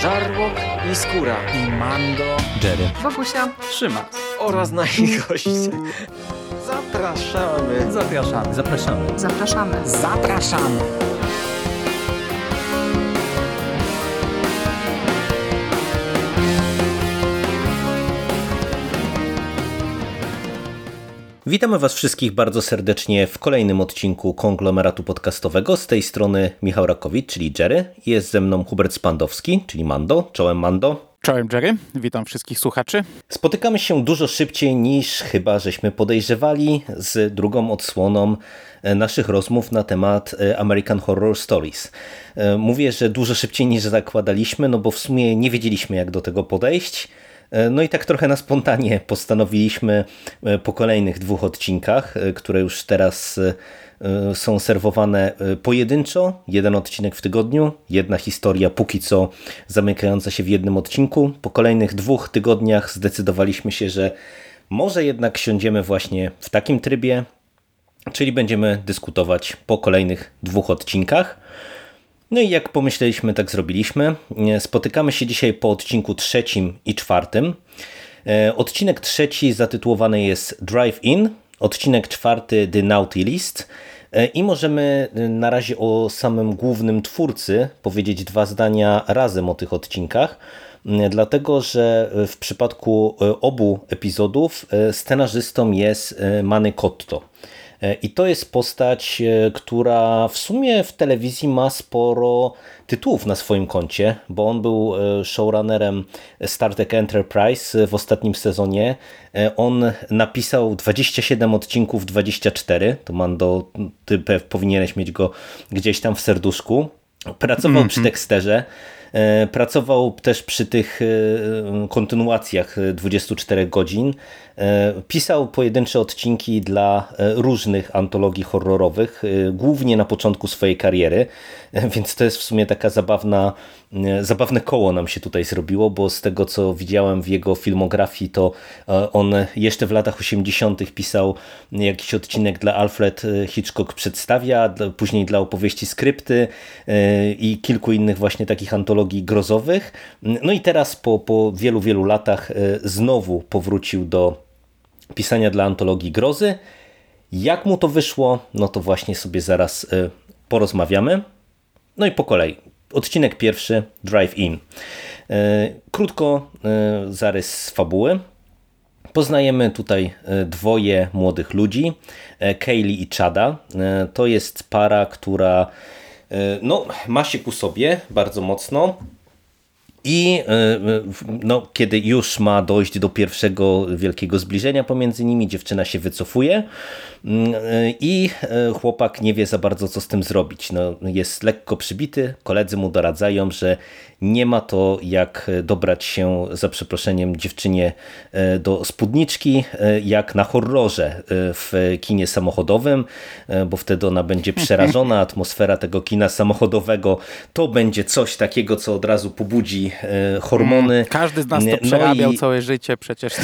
Żarłok i Skóra i Mando, Jerry, Wokusia, Szymas oraz nasi goście. Zapraszamy. Zapraszamy. zapraszamy. zapraszamy. Zapraszamy. Witamy Was wszystkich bardzo serdecznie w kolejnym odcinku konglomeratu podcastowego. Z tej strony Michał Rakowicz, czyli Jerry. Jest ze mną Hubert Spandowski, czyli Mando. Czołem, Mando. Czołem, Jerry. Witam wszystkich słuchaczy. Spotykamy się dużo szybciej niż chyba żeśmy podejrzewali z drugą odsłoną naszych rozmów na temat American Horror Stories. Mówię, że dużo szybciej niż zakładaliśmy, no bo w sumie nie wiedzieliśmy, jak do tego podejść. No i tak trochę na spontanie postanowiliśmy po kolejnych 2 odcinkach, które już teraz są serwowane pojedynczo, 1 odcinek w tygodniu, 1 historia póki co zamykająca się w jednym odcinku. Po kolejnych 2 tygodniach zdecydowaliśmy się, że może jednak siądziemy właśnie w takim trybie, czyli będziemy dyskutować po kolejnych 2 odcinkach. No i jak pomyśleliśmy, tak zrobiliśmy. Spotykamy się dzisiaj po odcinku 3 i 4. Odcinek 3 zatytułowany jest Drive In, odcinek 4 The Naughty List i możemy na razie o samym głównym twórcy powiedzieć 2 zdania razem o tych odcinkach, dlatego że w przypadku obu epizodów scenarzystą jest Manny Cotta. I to jest postać, która w sumie w telewizji ma sporo tytułów na swoim koncie, bo on był showrunnerem Star Trek Enterprise w ostatnim sezonie. On napisał 27 odcinków, 24. To Mando, ty powinieneś mieć go gdzieś tam w serduszku. Pracował przy Dexterze. Pracował też przy tych kontynuacjach 24 godzin. Pisał pojedyncze odcinki dla różnych antologii horrorowych, głównie na początku swojej kariery, więc to jest w sumie taka zabawne koło nam się tutaj zrobiło, bo z tego co widziałem w jego filmografii, to on jeszcze w latach 80. pisał jakiś odcinek dla Alfred Hitchcock Przedstawia, później dla opowieści Skrypty i kilku innych właśnie takich antologii grozowych. No i teraz po wielu latach znowu powrócił do pisania dla antologii grozy. Jak mu to wyszło, no to właśnie sobie zaraz porozmawiamy. No i po kolei. Odcinek 1, Drive In. Krótko zarys fabuły. Poznajemy tutaj 2 młodych ludzi, Kaylee i Chada. To jest para, która no, ma się ku sobie bardzo mocno. I no, kiedy już ma dojść do pierwszego wielkiego zbliżenia pomiędzy nimi, dziewczyna się wycofuje i chłopak nie wie za bardzo, co z tym zrobić. No, jest lekko przybity, koledzy mu doradzają, że nie ma to jak dobrać się, za przeproszeniem, dziewczynie do spódniczki, jak na horrorze w kinie samochodowym, bo wtedy ona będzie przerażona. Atmosfera tego kina samochodowego to będzie coś takiego, co od razu pobudzi hormony. Każdy z nas to przerabiał całe życie przecież.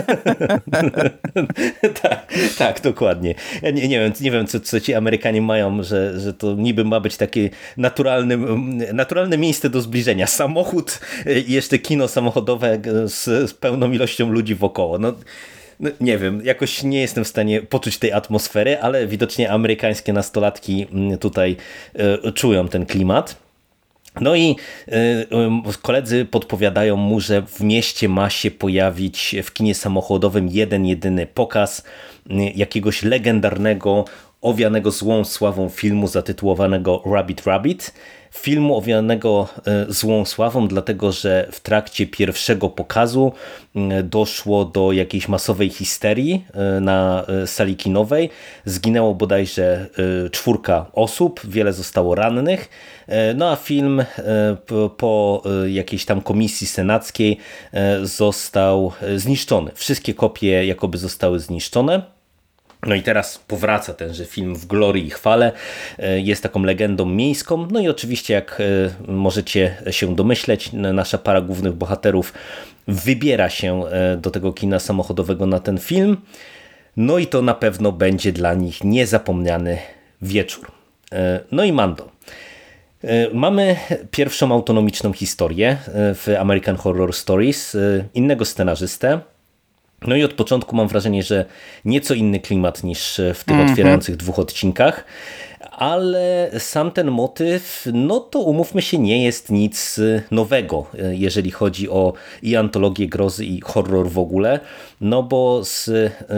tak, dokładnie. Ja nie wiem co ci Amerykanie mają, że to niby ma być takie naturalne miejsce do zbliżenia. Samochód i jeszcze kino samochodowe z pełną ilością ludzi wokoło. No, nie wiem, jakoś nie jestem w stanie poczuć tej atmosfery, ale widocznie amerykańskie nastolatki tutaj czują ten klimat. No i koledzy podpowiadają mu, że w mieście ma się pojawić w kinie samochodowym jedyny pokaz jakiegoś legendarnego, owianego złą sławą filmu zatytułowanego Rabbit Rabbit. Filmu owianego złą sławą, dlatego że w trakcie pierwszego pokazu doszło do jakiejś masowej histerii na sali kinowej. Zginęło bodajże 4 osób, wiele zostało rannych. No a film po jakiejś tam komisji senackiej został zniszczony. Wszystkie kopie jakoby zostały zniszczone. No i teraz powraca tenże film w glorii i chwale, jest taką legendą miejską. No i oczywiście, jak możecie się domyśleć, nasza para głównych bohaterów wybiera się do tego kina samochodowego na ten film. No i to na pewno będzie dla nich niezapomniany wieczór. No i Mando, Mamy pierwszą autonomiczną historię w American Horror Stories, innego scenarzystę. No i od początku mam wrażenie, że nieco inny klimat niż w tych otwierających 2 odcinkach, ale sam ten motyw, no to umówmy się, nie jest nic nowego, jeżeli chodzi o i antologię grozy i horror w ogóle, no bo z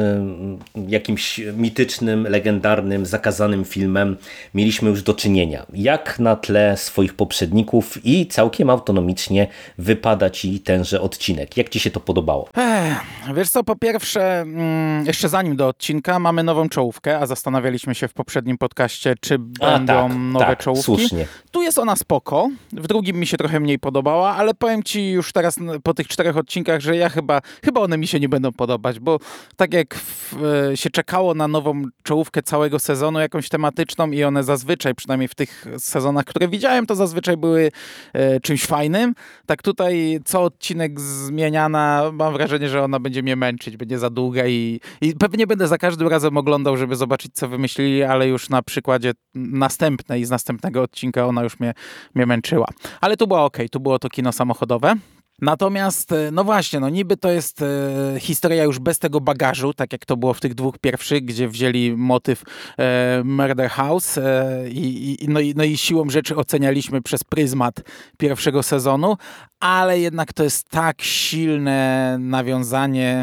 jakimś mitycznym, legendarnym, zakazanym filmem mieliśmy już do czynienia. Jak na tle swoich poprzedników i całkiem autonomicznie wypada ci tenże odcinek. Jak ci się to podobało? Wiesz co, po pierwsze, jeszcze zanim do odcinka, mamy nową czołówkę, a zastanawialiśmy się w poprzednim podcaście, czy będą nowe czołówki. Słusznie. Tu jest ona spoko, w drugim mi się trochę mniej podobała, ale powiem ci już teraz po tych 4 odcinkach, że ja chyba one mi się nie będą podobać, bo tak jak się czekało na nową czołówkę całego sezonu, jakąś tematyczną i one zazwyczaj, przynajmniej w tych sezonach, które widziałem, to zazwyczaj były czymś fajnym, tak tutaj co odcinek zmieniana, mam wrażenie, że ona będzie mnie męczyć, będzie za długa i pewnie będę za każdym razem oglądał, żeby zobaczyć, co wymyślili, ale już na przykładzie następnej z następnego odcinka ona już mnie męczyła. Ale tu była okej, tu było to kino samochodowe. Natomiast, no właśnie, no niby to jest historia już bez tego bagażu, tak jak to było w tych 2 pierwszych, gdzie wzięli motyw Murder House i siłą rzeczy ocenialiśmy przez pryzmat pierwszego sezonu, ale jednak to jest tak silne nawiązanie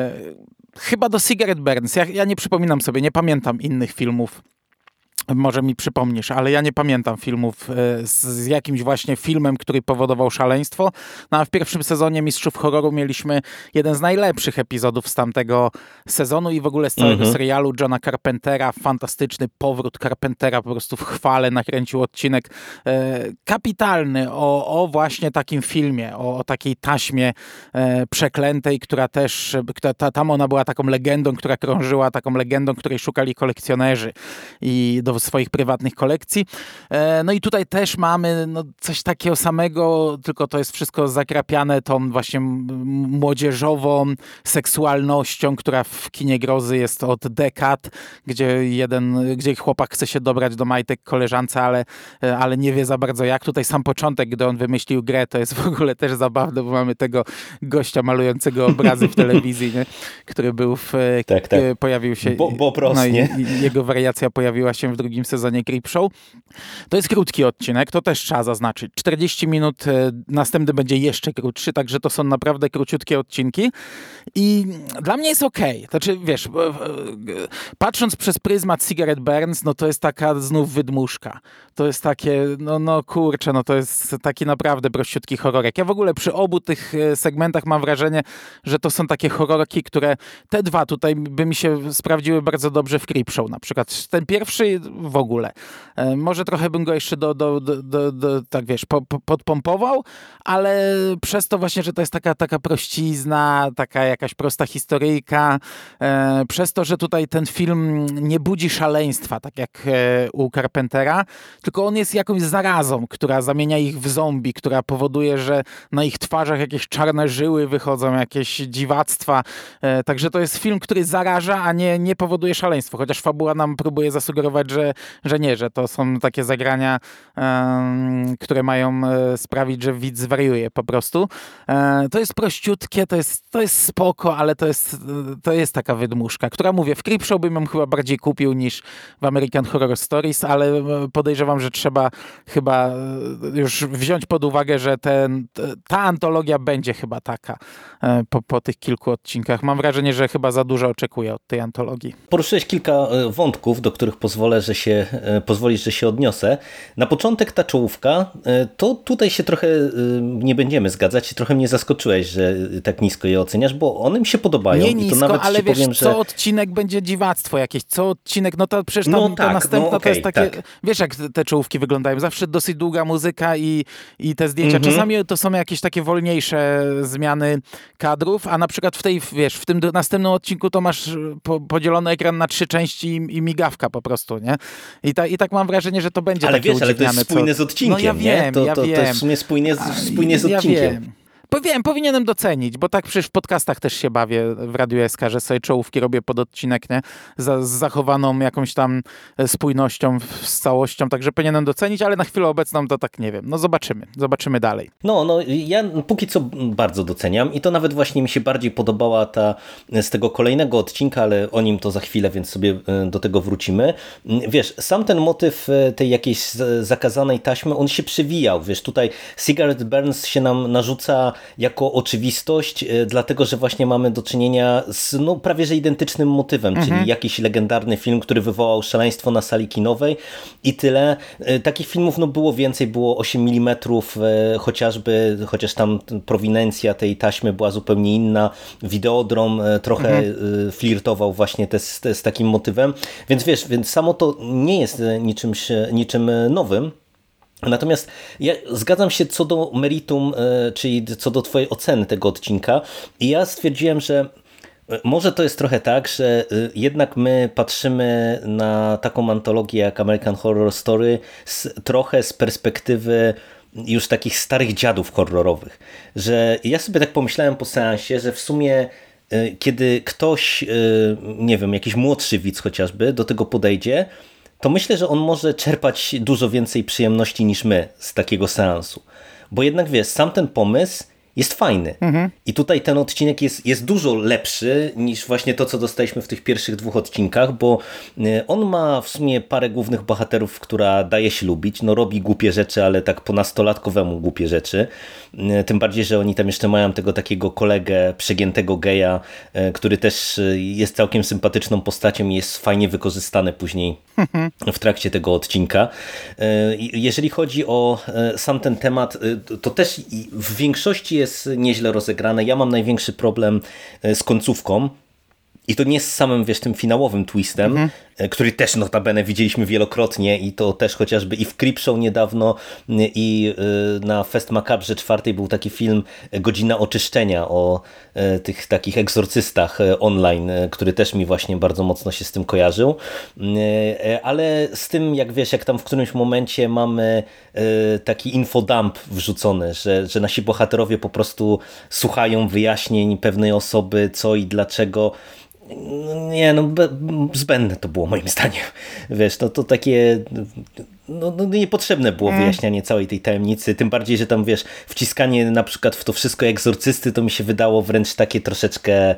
chyba do Cigarette Burns. Ja nie przypominam sobie, nie pamiętam innych filmów. Może mi przypomnisz, ale ja nie pamiętam filmów z jakimś właśnie filmem, który powodował szaleństwo. No a w pierwszym sezonie Mistrzów Horroru mieliśmy jeden z najlepszych epizodów z tamtego sezonu i w ogóle z całego serialu Johna Carpentera. Fantastyczny powrót Carpentera, po prostu w chwale nakręcił odcinek kapitalny o właśnie takim filmie, o takiej taśmie przeklętej, która też, tam ona była taką legendą, która krążyła, taką legendą, której szukali kolekcjonerzy i do swoich prywatnych kolekcji. No i tutaj też mamy coś takiego samego, tylko to jest wszystko zakrapiane tą właśnie młodzieżową seksualnością, która w kinie grozy jest od dekad, gdzie chłopak chce się dobrać do majtek koleżance, ale nie wie za bardzo jak. Tutaj sam początek, gdy on wymyślił grę, to jest w ogóle też zabawne, bo mamy tego gościa malującego obrazy w telewizji, nie? Który był pojawił się... Bob Ross, nie? I jego wariacja pojawiła się w drugim sezonie Creepshow. To jest krótki odcinek, to też trzeba zaznaczyć. 40 minut, następny będzie jeszcze krótszy, także to są naprawdę króciutkie odcinki i dla mnie jest okej. Znaczy, wiesz, patrząc przez pryzmat Cigarette Burns, no to jest taka znów wydmuszka. To jest takie, kurczę, to jest taki naprawdę prościutki horrorek. Ja w ogóle przy obu tych segmentach mam wrażenie, że to są takie horrorki, które te 2 tutaj by mi się sprawdziły bardzo dobrze w Creepshow na przykład. Ten pierwszy w ogóle. Może trochę bym go jeszcze tak wiesz, podpompował, ale przez to właśnie, że to jest taka prościzna, taka jakaś prosta historyjka, przez to, że tutaj ten film nie budzi szaleństwa, tak jak u Carpentera, tylko on jest jakąś zarazą, która zamienia ich w zombie, która powoduje, że na ich twarzach jakieś czarne żyły wychodzą, jakieś dziwactwa. Także to jest film, który zaraża, a nie powoduje szaleństwo, chociaż fabuła nam próbuje zasugerować, że nie, że to są takie zagrania, które mają sprawić, że widz zwariuje po prostu. To jest prościutkie, to jest spoko, ale to jest taka wydmuszka, która, mówię, w Creepshow bym ją chyba bardziej kupił niż w American Horror Stories, ale podejrzewam, że trzeba chyba już wziąć pod uwagę, że ta antologia będzie chyba taka po tych kilku odcinkach. Mam wrażenie, że chyba za dużo oczekuję od tej antologii. Poruszyłeś kilka wątków, do których pozwolisz, że się odniosę. Na początek ta czołówka, to tutaj się trochę nie będziemy zgadzać. Trochę mnie zaskoczyłeś, że tak nisko je oceniasz, bo one mi się podobają. Nie nisko, i to nawet ale wiesz, powiem, co odcinek będzie dziwactwo jakieś, co odcinek, to przecież ta następna to jest takie, wiesz jak te czołówki wyglądają, zawsze dosyć długa muzyka i te zdjęcia. Czasami to są jakieś takie wolniejsze zmiany kadrów, a na przykład w tym następnym odcinku to masz podzielony ekran na 3 części i migawka po prostu, nie? I tak mam wrażenie, że to będzie takie ale to jest spójne z odcinkiem, ja wiem, nie? To jest w sumie spójnie z odcinkiem. Wiem. Powinienem docenić, bo tak przecież w podcastach też się bawię w Radiu SK, że sobie czołówki robię pod odcinek, nie? Z zachowaną jakąś tam spójnością z całością, także powinienem docenić, ale na chwilę obecną to tak nie wiem. No zobaczymy dalej. No, ja póki co bardzo doceniam i to nawet właśnie mi się bardziej podobała ta z tego kolejnego odcinka, ale o nim to za chwilę, więc sobie do tego wrócimy. Wiesz, sam ten motyw tej jakiejś zakazanej taśmy, on się przewijał, wiesz, tutaj Cigarette Burns się nam narzuca jako oczywistość, dlatego, że właśnie mamy do czynienia z no, prawie że identycznym motywem, czyli jakiś legendarny film, który wywołał szaleństwo na sali kinowej i tyle. Takich filmów no, było więcej, było 8 mm, chociaż tam prowinencja tej taśmy była zupełnie inna. Videodrom trochę flirtował właśnie z takim motywem, więc wiesz, więc samo to nie jest niczym nowym. Natomiast ja zgadzam się co do meritum, czyli co do twojej oceny tego odcinka i ja stwierdziłem, że może to jest trochę tak, że jednak my patrzymy na taką antologię jak American Horror Story trochę z perspektywy już takich starych dziadów horrorowych, że ja sobie tak pomyślałem po seansie, że w sumie kiedy ktoś, nie wiem, jakiś młodszy widz chociażby do tego podejdzie, to myślę, że on może czerpać dużo więcej przyjemności niż my z takiego seansu. Bo jednak wiesz, sam ten pomysł jest fajny. I tutaj ten odcinek jest dużo lepszy niż właśnie to, co dostaliśmy w tych pierwszych 2 odcinkach, bo on ma w sumie parę głównych bohaterów, która daje się lubić. No robi głupie rzeczy, ale tak po nastolatkowemu głupie rzeczy. Tym bardziej, że oni tam jeszcze mają tego takiego kolegę, przegiętego geja, który też jest całkiem sympatyczną postacią i jest fajnie wykorzystany później w trakcie tego odcinka. Jeżeli chodzi o sam ten temat, to też w większości jest nieźle rozegrane. Ja mam największy problem z końcówką. I to nie z samym, wiesz, tym finałowym twistem, który też notabene widzieliśmy wielokrotnie i to też chociażby i w Creepshow niedawno i na Fest Macabre 4 był taki film Godzina Oczyszczenia o tych takich egzorcystach online, który też mi właśnie bardzo mocno się z tym kojarzył. Ale z tym, jak wiesz, jak tam w którymś momencie mamy taki infodump wrzucony, że nasi bohaterowie po prostu słuchają wyjaśnień pewnej osoby, co i dlaczego. Nie, no zbędne to było moim zdaniem. Wiesz, no to takie no niepotrzebne było wyjaśnianie całej tej tajemnicy, tym bardziej, że tam wiesz, wciskanie na przykład w to wszystko egzorcysty to mi się wydało wręcz takie troszeczkę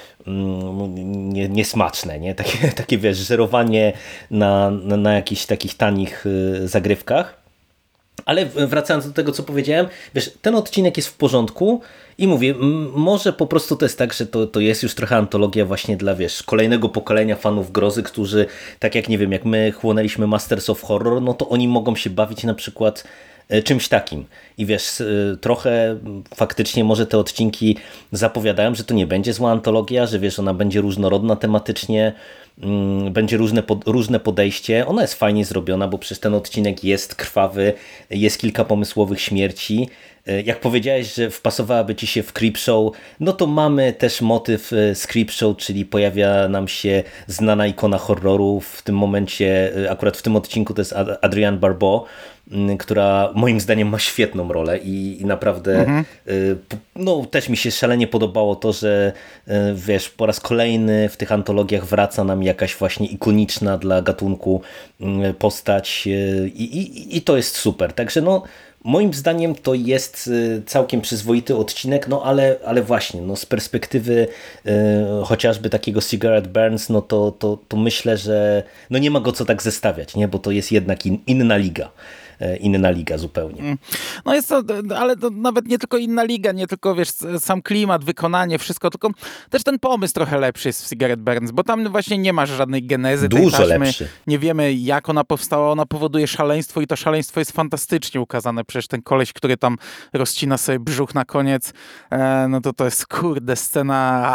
niesmaczne, nie? Takie wiesz, żerowanie na jakichś takich tanich zagrywkach. Ale wracając do tego, co powiedziałem, wiesz, ten odcinek jest w porządku i mówię, może po prostu to jest tak, że to jest już trochę antologia właśnie dla, wiesz, kolejnego pokolenia fanów grozy, którzy, tak jak nie wiem, jak my chłonęliśmy Masters of Horror, no to oni mogą się bawić na przykład czymś takim. I wiesz, trochę faktycznie może te odcinki zapowiadają, że to nie będzie zła antologia, że wiesz, ona będzie różnorodna tematycznie, będzie różne podejście. Ona jest fajnie zrobiona, bo przecież ten odcinek jest krwawy, jest kilka pomysłowych śmierci. Jak powiedziałeś, że wpasowałaby ci się w Creepshow, no to mamy też motyw z Creepshow, czyli pojawia nam się znana ikona horroru. W tym momencie, akurat w tym odcinku to jest Adrienne Barbeau, która moim zdaniem ma świetną rolę i naprawdę no, też mi się szalenie podobało to, że wiesz, po raz kolejny w tych antologiach wraca nam jakaś właśnie ikoniczna dla gatunku postać i to jest super. Także no moim zdaniem to jest całkiem przyzwoity odcinek, no ale właśnie, no z perspektywy chociażby takiego Cigarette Burns, no to myślę, że no nie ma go co tak zestawiać, nie? Bo to jest jednak inna liga. Inna liga zupełnie. No jest to, ale to nawet nie tylko inna liga, nie tylko wiesz, sam klimat, wykonanie, wszystko, tylko też ten pomysł trochę lepszy jest w Cigarette Burns, bo tam właśnie nie masz żadnej genezy tej Dużo taśmy. lepszy. Nie wiemy, jak ona powstała, ona powoduje szaleństwo i to szaleństwo jest fantastycznie ukazane. Przecież ten koleś, który tam rozcina sobie brzuch na koniec, no to jest kurde scena.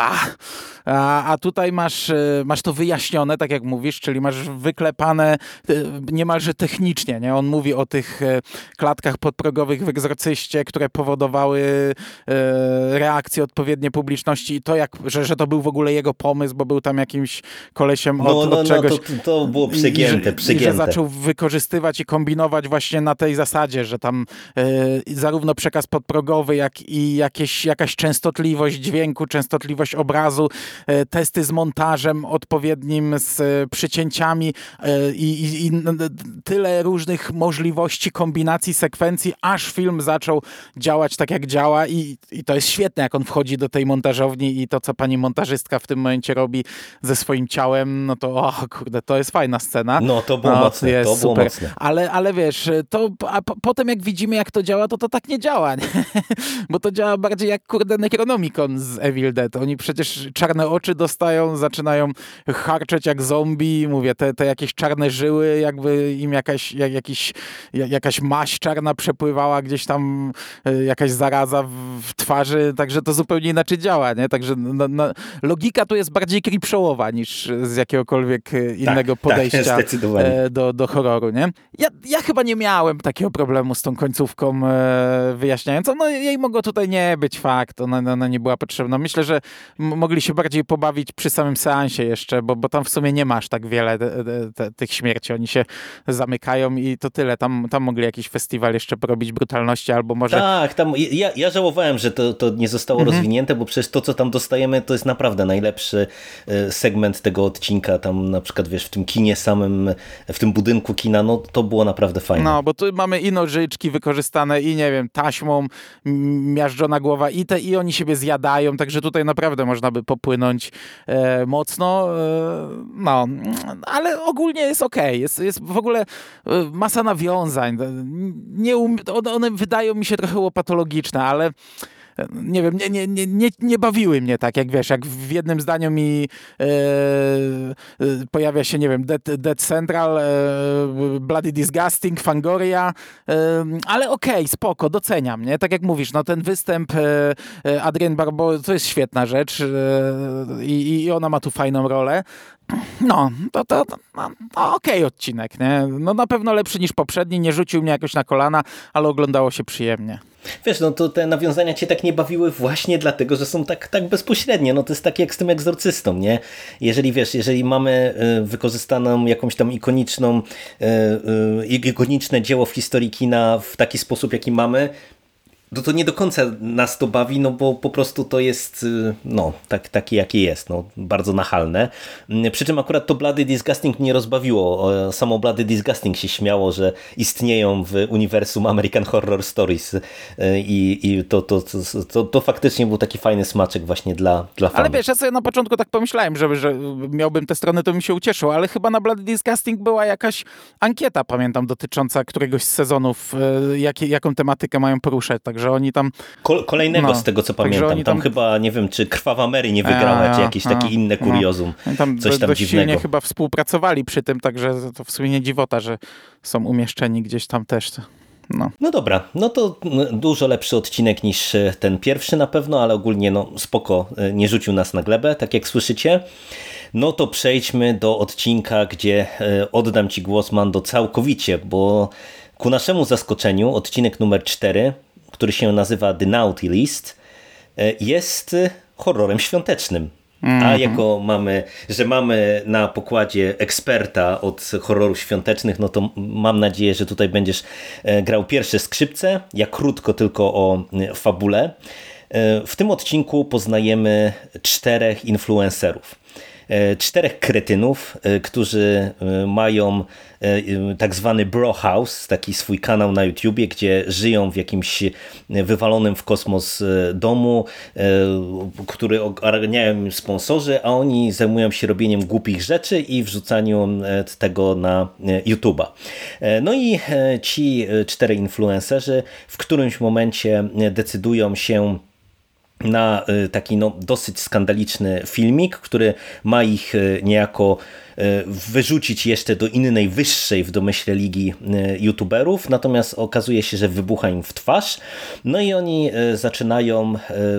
A tutaj masz to wyjaśnione, tak jak mówisz, czyli masz wyklepane niemalże technicznie, nie? On mówi o tych klatkach podprogowych w Egzorcyście, które powodowały reakcje odpowiednie publiczności i to, że to był w ogóle jego pomysł, bo był tam jakimś kolesiem od czegoś. To było przegięte. I że zaczął wykorzystywać i kombinować właśnie na tej zasadzie, że tam zarówno przekaz podprogowy, jak i jakaś częstotliwość dźwięku, częstotliwość obrazu, testy z montażem odpowiednim, z przycięciami i tyle różnych możliwości, kombinacji, sekwencji, aż film zaczął działać tak, jak działa i to jest świetne, jak on wchodzi do tej montażowni i to, co pani montażystka w tym momencie robi ze swoim ciałem, no to kurde, to jest fajna scena. No, to było mocne, jest to było super. mocne. Ale wiesz, potem jak widzimy, jak to działa, to tak nie działa, nie? Bo to działa bardziej jak kurde Necronomicon z Evil Dead. Oni przecież czarne oczy dostają, zaczynają harczeć jak zombie, mówię, te jakieś czarne żyły, jakby im jakaś maź czarna przepływała gdzieś tam, jakaś zaraza w twarzy, także to zupełnie inaczej działa, nie? Także logika tu jest bardziej creepshowowa niż z jakiegokolwiek innego podejścia do horroru, nie? Ja chyba nie miałem takiego problemu z tą końcówką wyjaśniającą. No jej mogło tutaj nie być, fakt. Ona nie była potrzebna. Myślę, że mogli się bardziej pobawić przy samym seansie jeszcze, bo tam w sumie nie masz tak wiele tych śmierci. Oni się zamykają i to tyle. Tam mogli jakiś festiwal jeszcze porobić brutalności, albo może... Tak, tam ja żałowałem, że to nie zostało rozwinięte, bo przecież to, co tam dostajemy, to jest naprawdę najlepszy segment tego odcinka. Tam na przykład, wiesz, w tym kinie samym, w tym budynku kina, no to było naprawdę fajne. No, bo tu mamy i nożyczki wykorzystane i nie wiem, taśmą miażdżona głowa i oni siebie zjadają, także tutaj naprawdę można by popłynąć mocno. No, ale ogólnie jest okej. Jest w ogóle masa nawiązań. One wydają mi się trochę łopatologiczne, ale nie wiem, nie bawiły mnie tak, jak wiesz, jak w jednym zdaniu mi pojawia się, nie wiem, Dead Central, Bloody Disgusting, Fangoria, ale okej, spoko, doceniam, nie? Tak jak mówisz, no ten występ Adrienne Barbeau to jest świetna rzecz i ona ma tu fajną rolę. No, to okej odcinek, nie? No na pewno lepszy niż poprzedni, nie rzucił mnie jakoś na kolana, ale oglądało się przyjemnie. Wiesz, no to te nawiązania cię tak nie bawiły właśnie dlatego, że są tak bezpośrednie. No to jest tak jak z tym Egzorcystą, nie? Jeżeli mamy wykorzystaną jakąś tam ikoniczne dzieło w historii kina w taki sposób, jaki mamy, to nie do końca nas to bawi, no bo po prostu to jest takie jakie jest, no bardzo nachalne. Przy czym akurat to Bloody Disgusting mnie rozbawiło. Samo Bloody Disgusting się śmiało, że istnieją w uniwersum American Horror Stories i to faktycznie był taki fajny smaczek właśnie dla fanów. Ale wiesz, ja sobie na początku tak pomyślałem, że miałbym tę stronę, to mi się ucieszył, ale chyba na Bloody Disgusting była jakaś ankieta, pamiętam, dotycząca któregoś z sezonów, jaką tematykę mają poruszać, także oni tam... Kolejnego z tego, co pamiętam. Tam chyba, nie wiem, czy Krwawa Mary nie wygrała, czy jakieś takie inne kuriozum. Tam coś tam dość dziwnego. silnie chyba współpracowali przy tym, także to w sumie nie dziwota, że są umieszczeni gdzieś tam też. No dobra, no to dużo lepszy odcinek niż ten pierwszy na pewno, ale ogólnie spoko, nie rzucił nas na glebę, tak jak słyszycie. No to przejdźmy do odcinka, gdzie oddam ci głos, Mando, całkowicie, bo ku naszemu zaskoczeniu odcinek numer 4, który się nazywa The Naughty List, jest horrorem świątecznym. A jako mamy na pokładzie eksperta od horrorów świątecznych, no to mam nadzieję, że tutaj będziesz grał pierwsze skrzypce. Ja krótko tylko o fabule. W tym odcinku poznajemy 4 influencerów. 4 kretynów, którzy mają tak zwany bro house, taki swój kanał na YouTubie, gdzie żyją w jakimś wywalonym w kosmos domu, który ogarniają im sponsorzy, a oni zajmują się robieniem głupich rzeczy i wrzucaniu tego na YouTube'a. No i ci 4 influencerzy w którymś momencie decydują się na taki dosyć skandaliczny filmik, który ma ich niejako wyrzucić jeszcze do innej, wyższej w domyśle ligi youtuberów, natomiast okazuje się, że wybucha im w twarz, no i oni zaczynają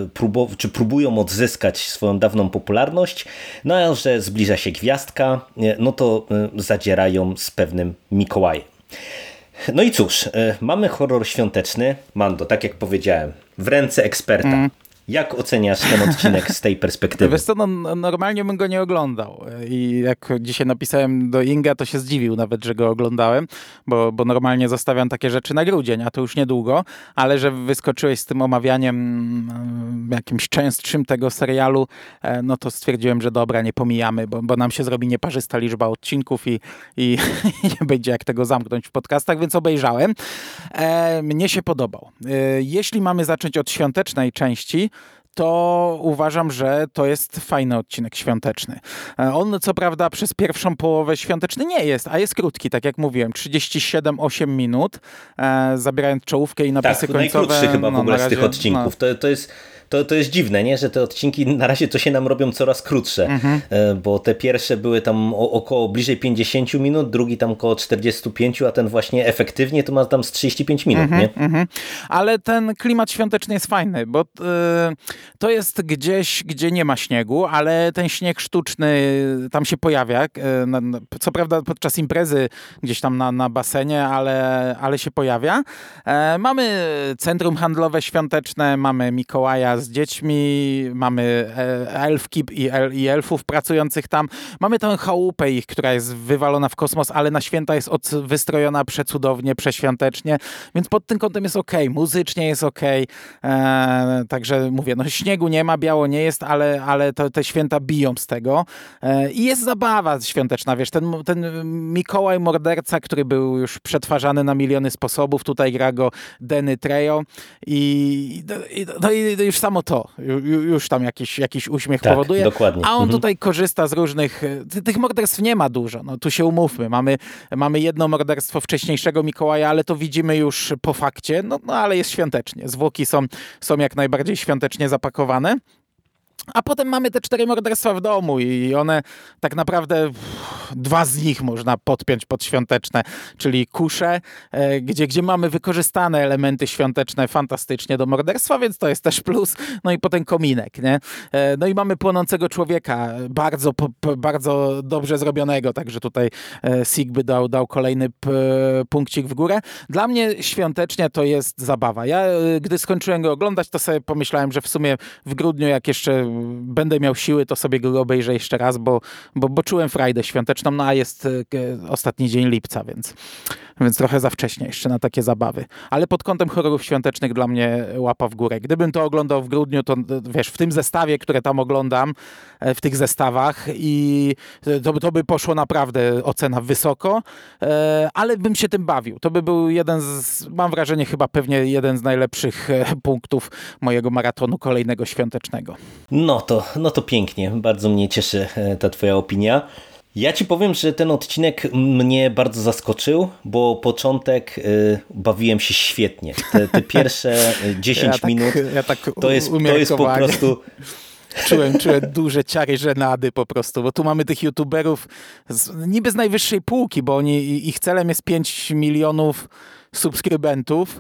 próbują odzyskać swoją dawną popularność, no a że zbliża się gwiazdka, no to zadzierają z pewnym Mikołajem. No i cóż, mamy horror świąteczny. Mando, tak jak powiedziałem, w ręce eksperta. Jak oceniasz ten odcinek z tej perspektywy? Wiesz co, no, normalnie bym go nie oglądał i jak dzisiaj napisałem do Inga, to się zdziwił nawet, że go oglądałem, bo normalnie zostawiam takie rzeczy na grudzień, a to już niedługo, ale że wyskoczyłeś z tym omawianiem jakimś częstszym tego serialu, no to stwierdziłem, że dobra, nie pomijamy, bo nam się zrobi nieparzysta liczba odcinków i nie będzie jak tego zamknąć w podcastach, więc obejrzałem. Mnie się podobał. Jeśli mamy zacząć od świątecznej części, to uważam, że to jest fajny odcinek świąteczny. On co prawda przez pierwszą połowę świąteczny nie jest, a jest krótki, tak jak mówiłem, 37-8 minut, zabierając czołówkę i napisy końcowe. Najkrótszy chyba w ogóle razie, z tych odcinków. To jest dziwne, nie? Że te odcinki na razie to się nam robią coraz krótsze, bo te pierwsze były tam około bliżej 50 minut, drugi tam około 45, a ten właśnie efektywnie to ma tam z 35 minut, nie? Ale ten klimat świąteczny jest fajny, bo to jest gdzieś, gdzie nie ma śniegu, ale ten śnieg sztuczny tam się pojawia. Co prawda podczas imprezy gdzieś tam na basenie, ale się pojawia. Mamy centrum handlowe świąteczne, mamy Mikołaja z dziećmi, mamy elfki i elfów pracujących tam. Mamy tę chałupę ich, która jest wywalona w kosmos, ale na święta jest wystrojona przecudownie, przeświątecznie, więc pod tym kątem jest okej. Muzycznie jest okej. Także mówię, no śniegu nie ma, biało nie jest, ale te święta biją z tego. I jest zabawa świąteczna, wiesz, ten Mikołaj morderca, który był już przetwarzany na miliony sposobów, tutaj gra go Danny Trejo i już samo to, już tam jakiś uśmiech powoduje. Dokładnie. A on tutaj korzysta z różnych, tych morderstw nie ma dużo, no tu się umówmy, mamy jedno morderstwo wcześniejszego Mikołaja, ale to widzimy już po fakcie, no ale jest świątecznie, zwłoki są jak najbardziej świątecznie zapakowane. A potem mamy te 4 morderstwa w domu i one tak naprawdę 2 z nich można podpiąć pod świąteczne, czyli kusze, gdzie mamy wykorzystane elementy świąteczne fantastycznie do morderstwa, więc to jest też plus. No i potem kominek, nie? No i mamy płonącego człowieka, bardzo dobrze zrobionego, także tutaj Sigby dał kolejny punkcik w górę. Dla mnie świątecznie to jest zabawa. Ja, gdy skończyłem go oglądać, to sobie pomyślałem, że w sumie w grudniu, jak jeszcze będę miał siły, to sobie go obejrzę jeszcze raz, bo czułem frajdę świąteczną, no a jest ostatni dzień lipca, więc trochę za wcześnie jeszcze na takie zabawy. Ale pod kątem horrorów świątecznych dla mnie łapa w górę. Gdybym to oglądał w grudniu, to wiesz, w tym zestawie, które tam oglądam, w tych zestawach i to by poszło naprawdę ocena wysoko, ale bym się tym bawił. To by był mam wrażenie, chyba pewnie jeden z najlepszych punktów mojego maratonu kolejnego świątecznego. No to pięknie. Bardzo mnie cieszy ta twoja opinia. Ja ci powiem, że ten odcinek mnie bardzo zaskoczył, bo początek bawiłem się świetnie. Te pierwsze 10 minut to jest po prostu... Czułem duże ciary żenady po prostu, bo tu mamy tych youtuberów niby z najwyższej półki, bo ich celem jest 5 milionów subskrybentów.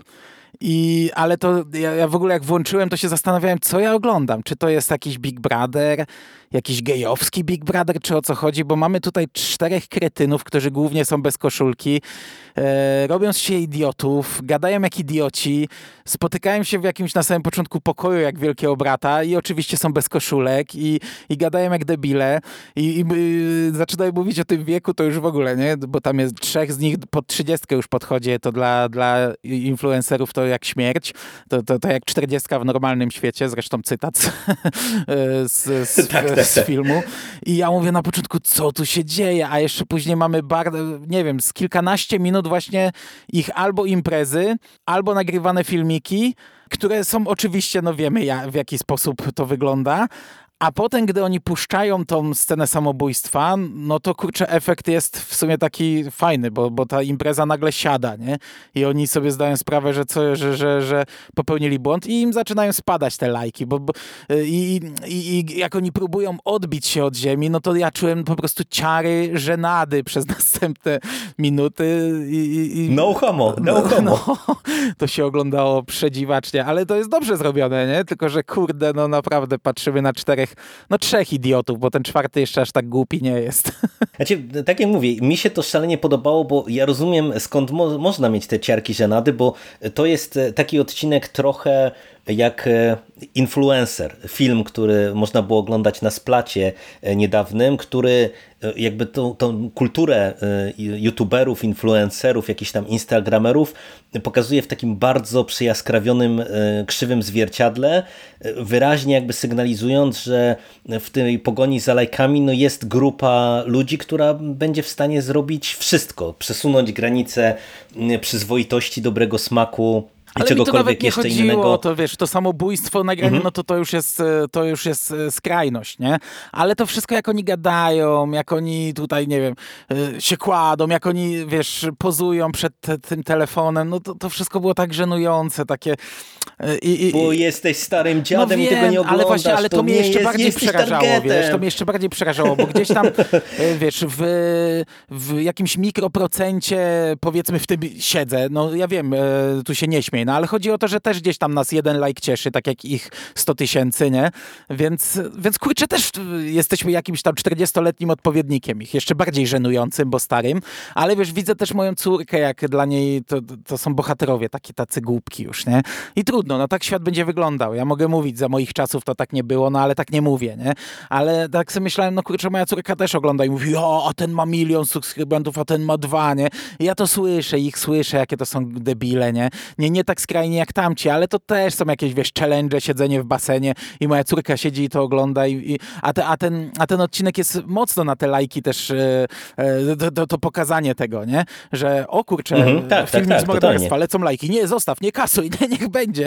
Ale to ja w ogóle jak włączyłem, to się zastanawiałem, co ja oglądam. Czy to jest jakiś Big Brother, jakiś gejowski Big Brother, czy o co chodzi? Bo mamy tutaj 4 kretynów, którzy głównie są bez koszulki, robią z siebie idiotów, gadają jak idioci, spotykają się w jakimś na samym początku pokoju jak Wielkiego Brata i oczywiście są bez koszulek i gadają jak debile i zaczynają mówić o tym wieku, to już w ogóle, nie? Bo tam jest 3 z nich pod 30 już podchodzi, to dla influencerów to jak śmierć, to jak 40 w normalnym świecie, zresztą cytat z filmu. I ja mówię na początku, co tu się dzieje, a jeszcze później mamy nie wiem, z kilkanaście minut właśnie ich albo imprezy, albo nagrywane filmiki, które są oczywiście, no wiemy w jaki sposób to wygląda, a potem, gdy oni puszczają tą scenę samobójstwa, no to kurczę, efekt jest w sumie taki fajny, bo ta impreza nagle siada, nie? I oni sobie zdają sprawę, że popełnili błąd i im zaczynają spadać te lajki, i jak oni próbują odbić się od ziemi, no to ja czułem po prostu ciary żenady przez następne minuty. No homo. No, to się oglądało przedziwacznie, ale to jest dobrze zrobione, nie? Tylko, że kurde, no naprawdę patrzymy na 4 trzech idiotów, bo ten czwarty jeszcze aż tak głupi nie jest. Znaczy, tak jak mówię, mi się to szalenie podobało, bo ja rozumiem, skąd można mieć te ciarki żenady, bo to jest taki odcinek trochę jak Influencer, film, który można było oglądać na Splacie niedawnym, który jakby tą kulturę youtuberów, influencerów, jakichś tam instagramerów pokazuje w takim bardzo przyjaskrawionym, krzywym zwierciadle, wyraźnie jakby sygnalizując, że w tej pogoni za lajkami jest grupa ludzi, która będzie w stanie zrobić wszystko, przesunąć granice przyzwoitości, dobrego smaku i ale czegokolwiek mi to jeszcze nie chodziło, innego. To wiesz, to samobójstwo nagranie, to już jest skrajność, nie? Ale to wszystko jak oni gadają, jak oni tutaj, nie wiem, się kładą, jak oni, wiesz, pozują przed tym telefonem, to wszystko było tak żenujące, takie... Bo jesteś starym dziadem i tego nie oglądasz, ale właśnie, ale to mnie jeszcze bardziej przerażało, targetem. wiesz, to mnie jeszcze bardziej przerażało, bo gdzieś tam, wiesz, w jakimś mikroprocencie, powiedzmy, w tym siedzę, ja wiem, tu się nie śmieję, ale chodzi o to, że też gdzieś tam nas jeden like cieszy, tak jak ich 100 000, nie? Więc kurczę, też jesteśmy jakimś tam 40-letnim odpowiednikiem ich, jeszcze bardziej żenującym, bo starym, ale wiesz, widzę też moją córkę, jak dla niej to są bohaterowie, tacy głupki już, nie? I trudno, tak świat będzie wyglądał. Ja mogę mówić, za moich czasów to tak nie było, ale tak nie mówię, nie? Ale tak sobie myślałem, kurczę, moja córka też ogląda i mówi, a ten ma 1 000 000 subskrybentów, a ten ma 2, nie? I ja to słyszę, jakie to są debile, nie? Nie tak skrajnie jak tamci, ale to też są jakieś, wiesz, challenge, siedzenie w basenie i moja córka siedzi i to ogląda a ten odcinek jest mocno na te lajki też to pokazanie tego, nie? Że o kurczę, filmik z morderstwa, lecą lajki, nie, zostaw, nie kasuj, niech będzie.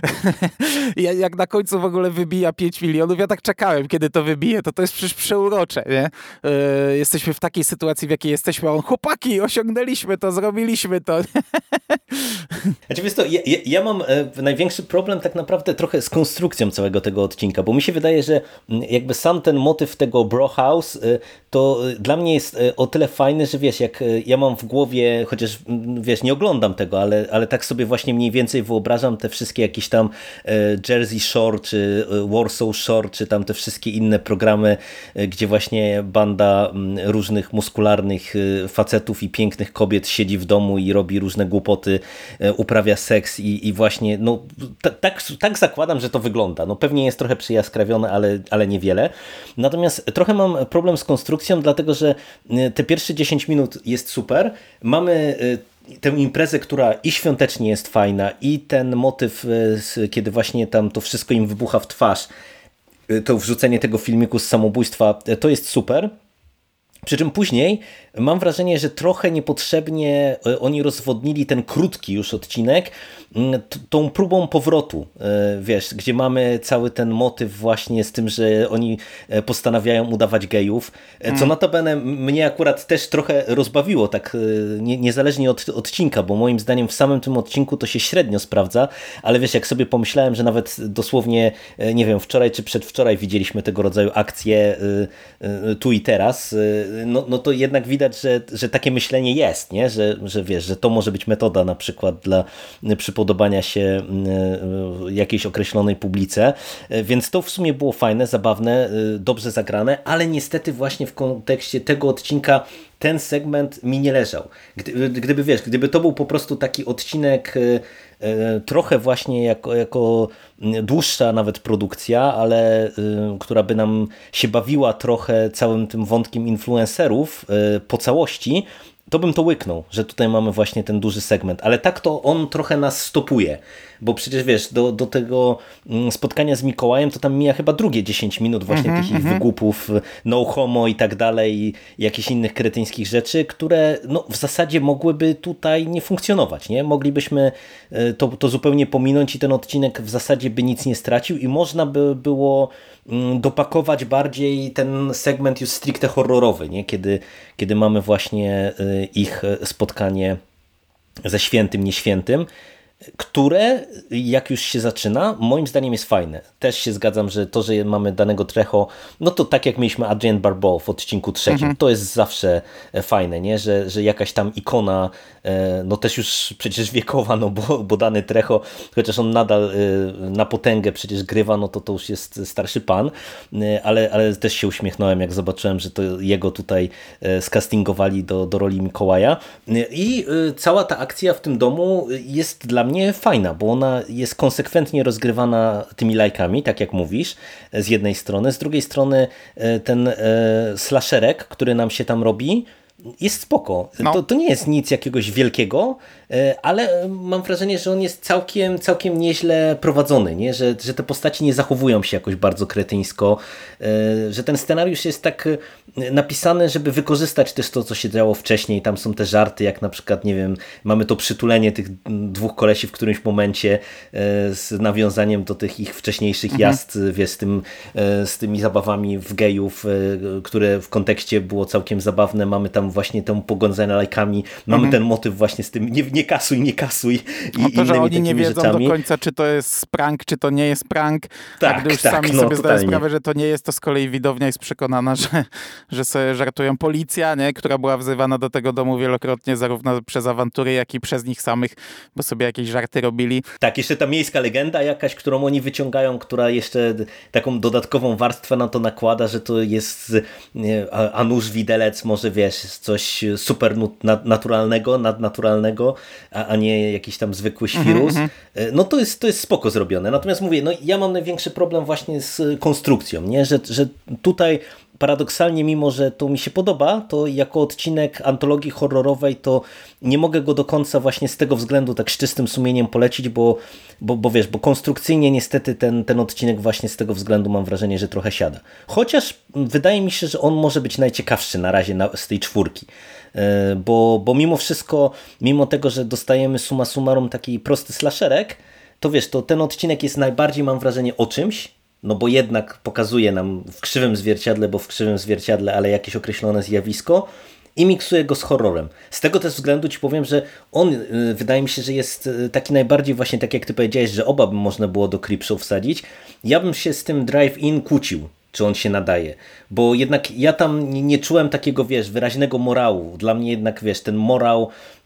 Jak na końcu w ogóle wybija 5 milionów, ja tak czekałem, kiedy to wybije, to jest przecież przeurocze, nie? Jesteśmy w takiej sytuacji, w jakiej jesteśmy, a on, chłopaki, osiągnęliśmy to, zrobiliśmy to. Znaczy, wiesz to, ja mam największy problem tak naprawdę trochę z konstrukcją całego tego odcinka, bo mi się wydaje, że jakby sam ten motyw tego bro house to dla mnie jest o tyle fajny, że wiesz, jak ja mam w głowie, chociaż wiesz, nie oglądam tego, ale tak sobie właśnie mniej więcej wyobrażam te wszystkie jakieś tam Jersey Shore, czy Warsaw Shore, czy tam te wszystkie inne programy, gdzie właśnie banda różnych muskularnych facetów i pięknych kobiet siedzi w domu i robi różne głupoty, uprawia seks i właśnie, tak zakładam, że to wygląda. Pewnie jest trochę przyjaskrawione, ale niewiele. Natomiast trochę mam problem z konstrukcją, dlatego że te pierwsze 10 minut jest super. Mamy tę imprezę, która i świątecznie jest fajna, i ten motyw, kiedy właśnie tam to wszystko im wybucha w twarz, to wrzucenie tego filmiku z samobójstwa, to jest super. Przy czym później mam wrażenie, że trochę niepotrzebnie oni rozwodnili ten krótki już odcinek tą próbą powrotu, wiesz, gdzie mamy cały ten motyw właśnie z tym, że oni postanawiają udawać gejów, co notabene mnie akurat też trochę rozbawiło, tak niezależnie od odcinka, bo moim zdaniem w samym tym odcinku to się średnio sprawdza, ale wiesz, jak sobie pomyślałem, że nawet dosłownie, nie wiem, wczoraj czy przedwczoraj widzieliśmy tego rodzaju akcje tu i teraz, to jednak widać, że takie myślenie jest, nie? Że wiesz, że to może być metoda na przykład dla przypodobania się jakiejś określonej publice, więc to w sumie było fajne, zabawne, dobrze zagrane, ale niestety właśnie w kontekście tego odcinka ten segment mi nie leżał. Gdyby to był po prostu taki odcinek trochę właśnie jako dłuższa nawet produkcja, ale która by nam się bawiła trochę całym tym wątkiem influencerów po całości, to bym to łyknął, że tutaj mamy właśnie ten duży segment, ale tak to on trochę nas stopuje, bo przecież wiesz, do tego spotkania z Mikołajem to tam mija chyba drugie 10 minut właśnie tych ich wygłupów, no homo i tak dalej i jakichś innych kretyńskich rzeczy, które w zasadzie mogłyby tutaj nie funkcjonować, nie? Moglibyśmy to zupełnie pominąć i ten odcinek w zasadzie by nic nie stracił i można by było dopakować bardziej ten segment już stricte horrorowy, nie? Kiedy mamy właśnie ich spotkanie ze świętym, nieświętym. które, jak już się zaczyna, moim zdaniem jest fajne. Też się zgadzam, że to, że mamy danego Trejo, no to tak jak mieliśmy Adrienne Barbeau w odcinku 3, to jest zawsze fajne, nie? Że jakaś tam ikona, no też już przecież wiekowa, no bo dany Trejo, chociaż on nadal na potęgę przecież grywa, no to już jest starszy pan, ale też się uśmiechnąłem, jak zobaczyłem, że to jego tutaj skastingowali do roli Mikołaja. I cała ta akcja w tym domu jest dla mnie fajna, bo ona jest konsekwentnie rozgrywana tymi lajkami, tak jak mówisz, z jednej strony. Z drugiej strony ten slasherek, który nam się tam robi, jest spoko. No. To nie jest nic jakiegoś wielkiego, ale mam wrażenie, że on jest całkiem nieźle prowadzony, nie? Że te postaci nie zachowują się jakoś bardzo kretyńsko, że ten scenariusz jest tak napisany, żeby wykorzystać też to, co się działo wcześniej. Tam są te żarty, jak na przykład, nie wiem, mamy to przytulenie tych dwóch kolesi w którymś momencie z nawiązaniem do tych ich wcześniejszych jazd, wiesz, z tymi zabawami w gejów, które w kontekście było całkiem zabawne. Mamy tam właśnie tę pogodzenie lajkami, mamy ten motyw właśnie z tym nie kasuj i No to, że oni nie wiedzą rzeczami. do końca, czy to jest prank, czy to nie jest prank, Tak, a gdy już tak, sami no, sobie zdają totalnie. sprawę, że to nie jest, to z kolei widownia jest przekonana, że sobie żartują. Policja, nie? Która była wzywana do tego domu wielokrotnie, zarówno przez awantury, jak i przez nich samych, bo sobie jakieś żarty robili. Tak, jeszcze ta miejska legenda jakaś, którą oni wyciągają, która jeszcze taką dodatkową warstwę na to nakłada, że to jest a nóż widelec, może wiesz, coś super naturalnego, nadnaturalnego, a nie jakiś tam zwykły świrus. No to jest spoko zrobione. Natomiast mówię, no ja mam największy problem właśnie z konstrukcją, nie? Że tutaj paradoksalnie, mimo że to mi się podoba, to jako odcinek antologii horrorowej to nie mogę go do końca właśnie z tego względu tak z czystym sumieniem polecić, bo wiesz, bo konstrukcyjnie niestety ten odcinek właśnie z tego względu mam wrażenie, że trochę siada. Chociaż wydaje mi się, że on może być najciekawszy na razie z tej czwórki. Bo mimo wszystko, mimo tego, że dostajemy summa summarum taki prosty slasherek, to wiesz, to ten odcinek jest najbardziej, mam wrażenie, o czymś, no bo jednak pokazuje nam w krzywym zwierciadle, ale jakieś określone zjawisko i miksuje go z horrorem. Z tego też względu ci powiem, że on wydaje mi się, że jest taki najbardziej właśnie, tak jak ty powiedziałeś, że oba by można było do Creepshow wsadzić. Ja bym się z tym Drive-In kłócił, czy on się nadaje. Bo jednak ja tam nie czułem takiego, wiesz, wyraźnego morału. Dla mnie jednak, wiesz, ten morał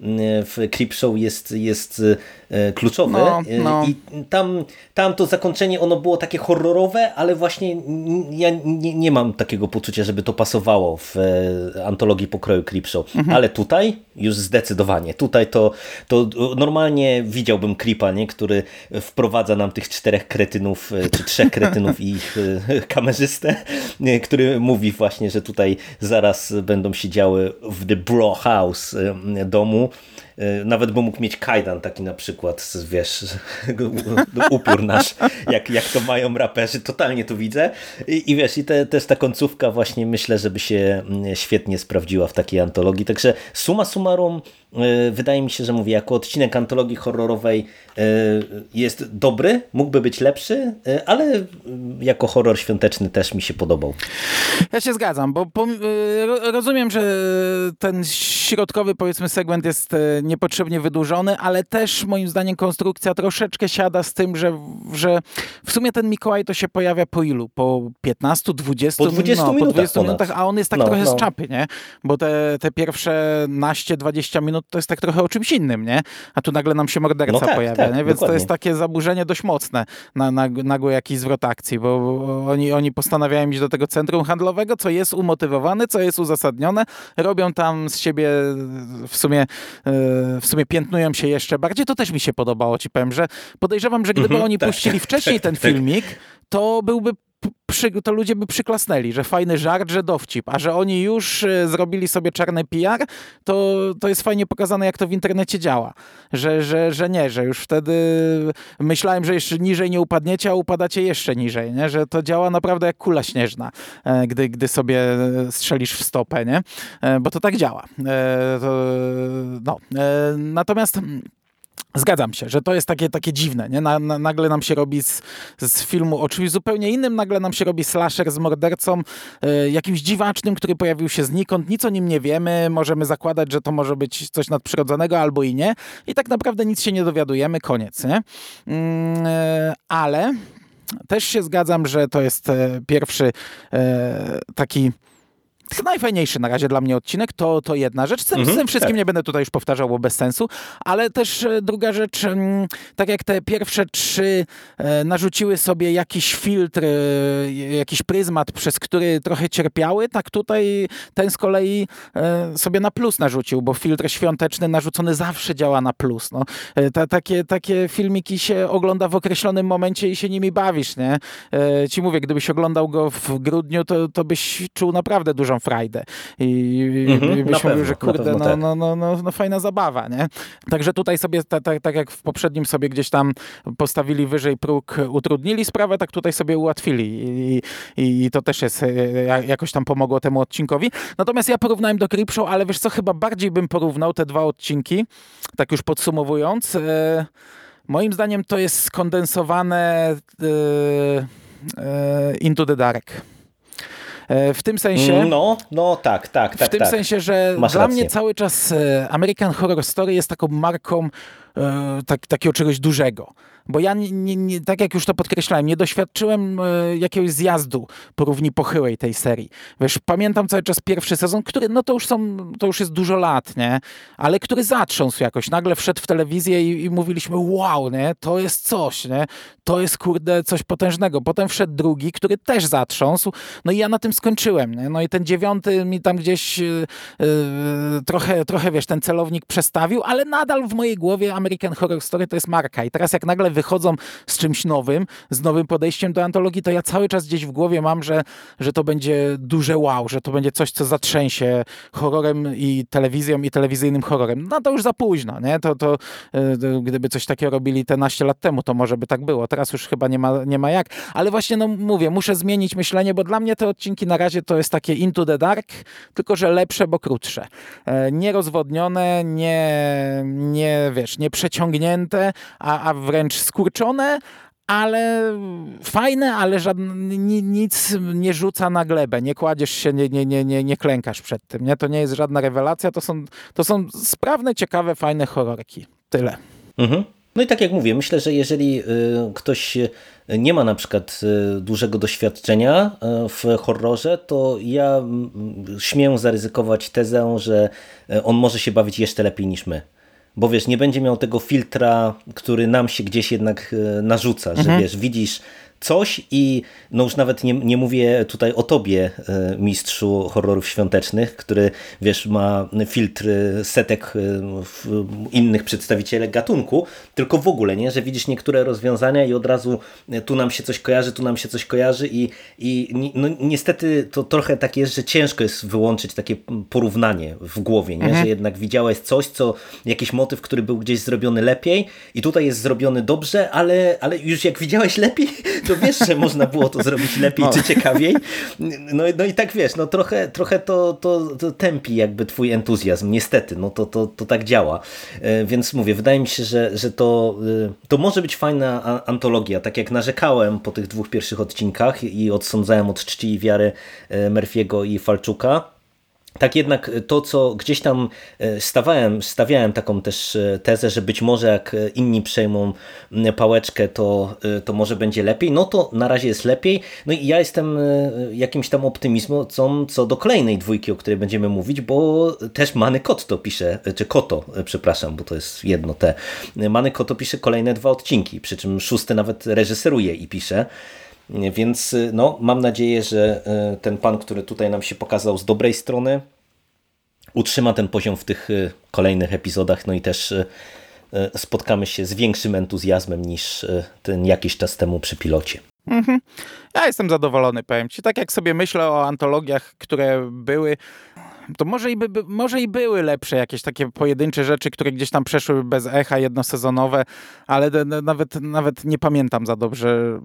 w Creepshow jest kluczowy. No. I tam to zakończenie, ono było takie horrorowe, ale właśnie ja nie mam takiego poczucia, żeby to pasowało w antologii pokroju Creepshow. Ale tutaj już zdecydowanie. Tutaj to normalnie widziałbym Creepa, nie? Który wprowadza nam tych 4 kretynów, czy 3 kretynów i ich kamerzystę, który mówi właśnie, że tutaj zaraz będą się działy w The Bro House domu. Nawet by mógł mieć kajdan taki na przykład, wiesz, upiór nasz, jak to mają raperzy, totalnie to widzę. I wiesz, też ta końcówka właśnie myślę, żeby się świetnie sprawdziła w takiej antologii. Także summa summarum wydaje mi się, że mówię, jako odcinek antologii horrorowej jest dobry, mógłby być lepszy, ale jako horror świąteczny też mi się podobał. Ja się zgadzam, bo rozumiem, że ten środkowy, powiedzmy, segment jest niepotrzebnie wydłużony, ale też moim zdaniem konstrukcja troszeczkę siada z tym, że w sumie ten Mikołaj to się pojawia po ilu? Po 15, 20 po 20 minutach, a on jest tak trochę z czapy, nie? Bo te pierwsze 20 minut to jest tak trochę o czymś innym, nie? A tu nagle nam się morderca pojawia, nie? Więc dokładnie. to jest takie zaburzenie dość mocne, nagły jakiś zwrot akcji, bo oni postanawiają iść do tego centrum handlowego, co jest umotywowane, co jest uzasadnione, robią tam z siebie w sumie piętnują się jeszcze bardziej. To też mi się podobało, ci powiem, że podejrzewam, że gdyby oni puścili wcześniej ten filmik, to to ludzie by przyklasnęli, że fajny żart, że dowcip, a że oni już zrobili sobie czarny PR, to jest fajnie pokazane, jak to w internecie działa. Że już wtedy myślałem, że jeszcze niżej nie upadniecie, a upadacie jeszcze niżej, nie? Że to działa naprawdę jak kula śnieżna, gdy sobie strzelisz w stopę, nie? Bo to tak działa. Natomiast Zgadzam się, że to jest takie dziwne, nie? Nagle nam się robi z filmu o czymś zupełnie innym, nagle nam się robi slasher z mordercą, jakimś dziwacznym, który pojawił się znikąd, nic o nim nie wiemy, możemy zakładać, że to może być coś nadprzyrodzonego albo i nie i tak naprawdę nic się nie dowiadujemy, koniec, nie? Ale też się zgadzam, że to jest pierwszy taki najfajniejszy na razie dla mnie odcinek, to jedna rzecz. Z tym wszystkim tak. nie będę tutaj już powtarzał, bo bez sensu, ale też druga rzecz, tak jak te pierwsze 3 narzuciły sobie jakiś filtr, jakiś pryzmat, przez który trochę cierpiały, tak tutaj ten z kolei sobie na plus narzucił, bo filtr świąteczny narzucony zawsze działa na plus. No. Takie filmiki się ogląda w określonym momencie i się nimi bawisz, nie? Ci mówię, gdybyś oglądał go w grudniu, to byś czuł naprawdę dużą frajdę. I byś mówił, że kurde, no fajna zabawa, nie? Także tutaj sobie, tak jak w poprzednim sobie gdzieś tam postawili wyżej próg, utrudnili sprawę, tak tutaj sobie ułatwili. I to też jest, jakoś tam pomogło temu odcinkowi. Natomiast ja porównałem do Creepshow, ale wiesz co, chyba bardziej bym porównał te 2 odcinki, tak już podsumowując. Moim zdaniem to jest skondensowane Into the Dark. W tym sensie... Tak. W tym sensie, że Masz dla rację. mnie cały czas American Horror Story jest taką marką takiego czegoś dużego. Bo ja, tak jak już to podkreślałem, nie doświadczyłem jakiegoś zjazdu po równi pochyłej tej serii. Wiesz, pamiętam cały czas pierwszy sezon, który, no to już jest dużo lat, nie? Ale który zatrząsł jakoś. Nagle wszedł w telewizję i mówiliśmy, wow, nie? To jest coś, nie? To jest, kurde, coś potężnego. Potem wszedł drugi, który też zatrząsł. No i ja na tym skończyłem, nie? No i ten 9 mi tam gdzieś trochę, wiesz, ten celownik przestawił, ale nadal w mojej głowie American Horror Story to jest marka. I teraz jak nagle wychodzą z czymś nowym, z nowym podejściem do antologii, to ja cały czas gdzieś w głowie mam, że to będzie duże wow, że to będzie coś, co zatrzęsie horrorem i telewizją i telewizyjnym horrorem. No to już za późno, nie? To gdyby coś takiego robili 11 lat temu, to może by tak było. Teraz już chyba nie ma jak. Ale właśnie, no mówię, muszę zmienić myślenie, bo dla mnie te odcinki na razie to jest takie Into the Dark, tylko że lepsze, bo krótsze. Nierozwodnione, nie wiesz, nie przeciągnięte, a wręcz skurczone, ale fajne, ale nic nie rzuca na glebę. Nie kładziesz się, nie klękasz przed tym. Nie? To nie jest żadna rewelacja, to są sprawne, ciekawe, fajne horrorki. Tyle. No i tak jak mówię, myślę, że jeżeli ktoś nie ma na przykład dużego doświadczenia w horrorze, to ja śmiem zaryzykować tezę, że on może się bawić jeszcze lepiej niż my. Bo wiesz, nie będzie miał tego filtra, który nam się gdzieś jednak narzuca, że wiesz, widzisz coś i no już nawet nie mówię tutaj o tobie, mistrzu horrorów świątecznych, który wiesz, ma filtr setek innych przedstawicieli gatunku, tylko w ogóle, nie, że widzisz niektóre rozwiązania i od razu tu nam się coś kojarzy i no, niestety to trochę tak jest, że ciężko jest wyłączyć takie porównanie w głowie, nie, że jednak widziałeś coś, jakiś motyw, który był gdzieś zrobiony lepiej i tutaj jest zrobiony dobrze, ale już jak widziałeś lepiej, to wiesz, że można było to zrobić lepiej czy ciekawiej. No i tak wiesz, no trochę to tępi jakby twój entuzjazm, niestety, no to tak działa. Więc mówię, wydaje mi się, że to może być fajna antologia, tak jak narzekałem po tych 2 pierwszych odcinkach i odsądzałem od czci i wiary Murphy'ego i Falczuka. Tak jednak to, co gdzieś tam stawiałem taką też tezę, że być może jak inni przejmą pałeczkę, to może będzie lepiej. No to na razie jest lepiej. No i ja jestem jakimś tam optymizmem co do kolejnej 2, o której będziemy mówić, bo też Manny Coto pisze, czy Koto, przepraszam, bo to jest jedno te. Manny Coto pisze kolejne 2 odcinki, przy czym 6 nawet reżyseruje i pisze. Więc no, mam nadzieję, że ten pan, który tutaj nam się pokazał z dobrej strony, utrzyma ten poziom w tych kolejnych epizodach, no i też spotkamy się z większym entuzjazmem niż ten jakiś czas temu przy pilocie. Ja jestem zadowolony, powiem ci. Tak jak sobie myślę o antologiach, które były, to może i były lepsze jakieś takie pojedyncze rzeczy, które gdzieś tam przeszły bez echa, jednosezonowe, ale nawet nie pamiętam za dobrze.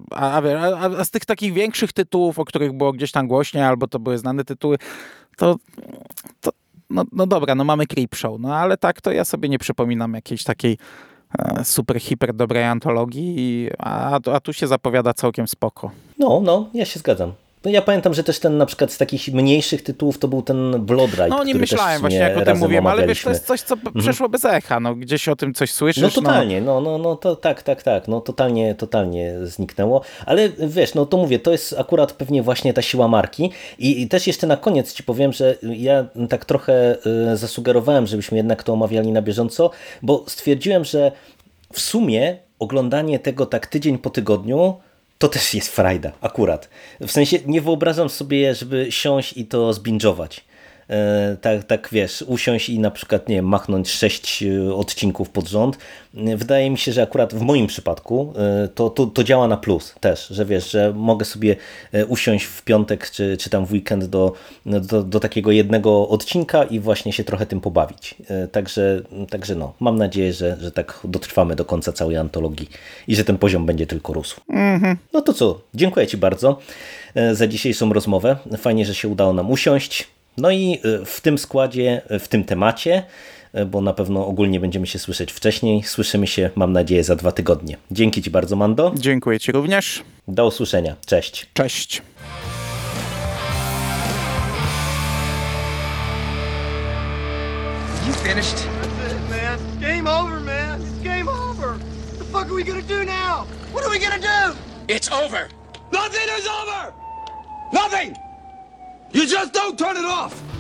A z tych takich większych tytułów, o których było gdzieś tam głośniej, albo to były znane tytuły, to no dobra, no mamy Creepshow, no ale tak to ja sobie nie przypominam jakiejś takiej super, hiper dobrej antologii, a tu się zapowiada całkiem spoko. No, ja się zgadzam. No ja pamiętam, że też ten na przykład z takich mniejszych tytułów to był ten Bloodrite, No nie który myślałem też właśnie, jak o tym mówiłem, ale wiesz, to omawialiśmy. jest coś, co przeszło bez echa, no gdzieś o tym coś słyszysz. No totalnie, no to tak, no totalnie zniknęło, ale wiesz, no to mówię, to jest akurat pewnie właśnie ta siła marki i też jeszcze na koniec ci powiem, że ja tak trochę zasugerowałem, żebyśmy jednak to omawiali na bieżąco, bo stwierdziłem, że w sumie oglądanie tego tak tydzień po tygodniu to też jest frajda, akurat. W sensie nie wyobrażam sobie, żeby siąść i to zbingować. Tak wiesz, usiąść i na przykład, nie wiem, machnąć 6 odcinków pod rząd. Wydaje mi się, że akurat w moim przypadku to działa na plus też, że wiesz, że mogę sobie usiąść w piątek czy tam w weekend do takiego jednego odcinka i właśnie się trochę tym pobawić. Także no, mam nadzieję, że tak dotrwamy do końca całej antologii i że ten poziom będzie tylko rósł. No to co, dziękuję ci bardzo za dzisiejszą rozmowę. Fajnie, że się udało nam usiąść. No i w tym składzie, w tym temacie, bo na pewno ogólnie będziemy się słyszeć wcześniej, słyszymy się, mam nadzieję, za 2 tygodnie. Dzięki ci bardzo, Mando. Dziękuję ci również. Do usłyszenia. Cześć. Cześć. You finished? That's it, man. Game over, man. It's game over. What the fuck are we gonna do now? What are we gonna do? It's over. Nothing is over! Nothing! You just don't turn it off!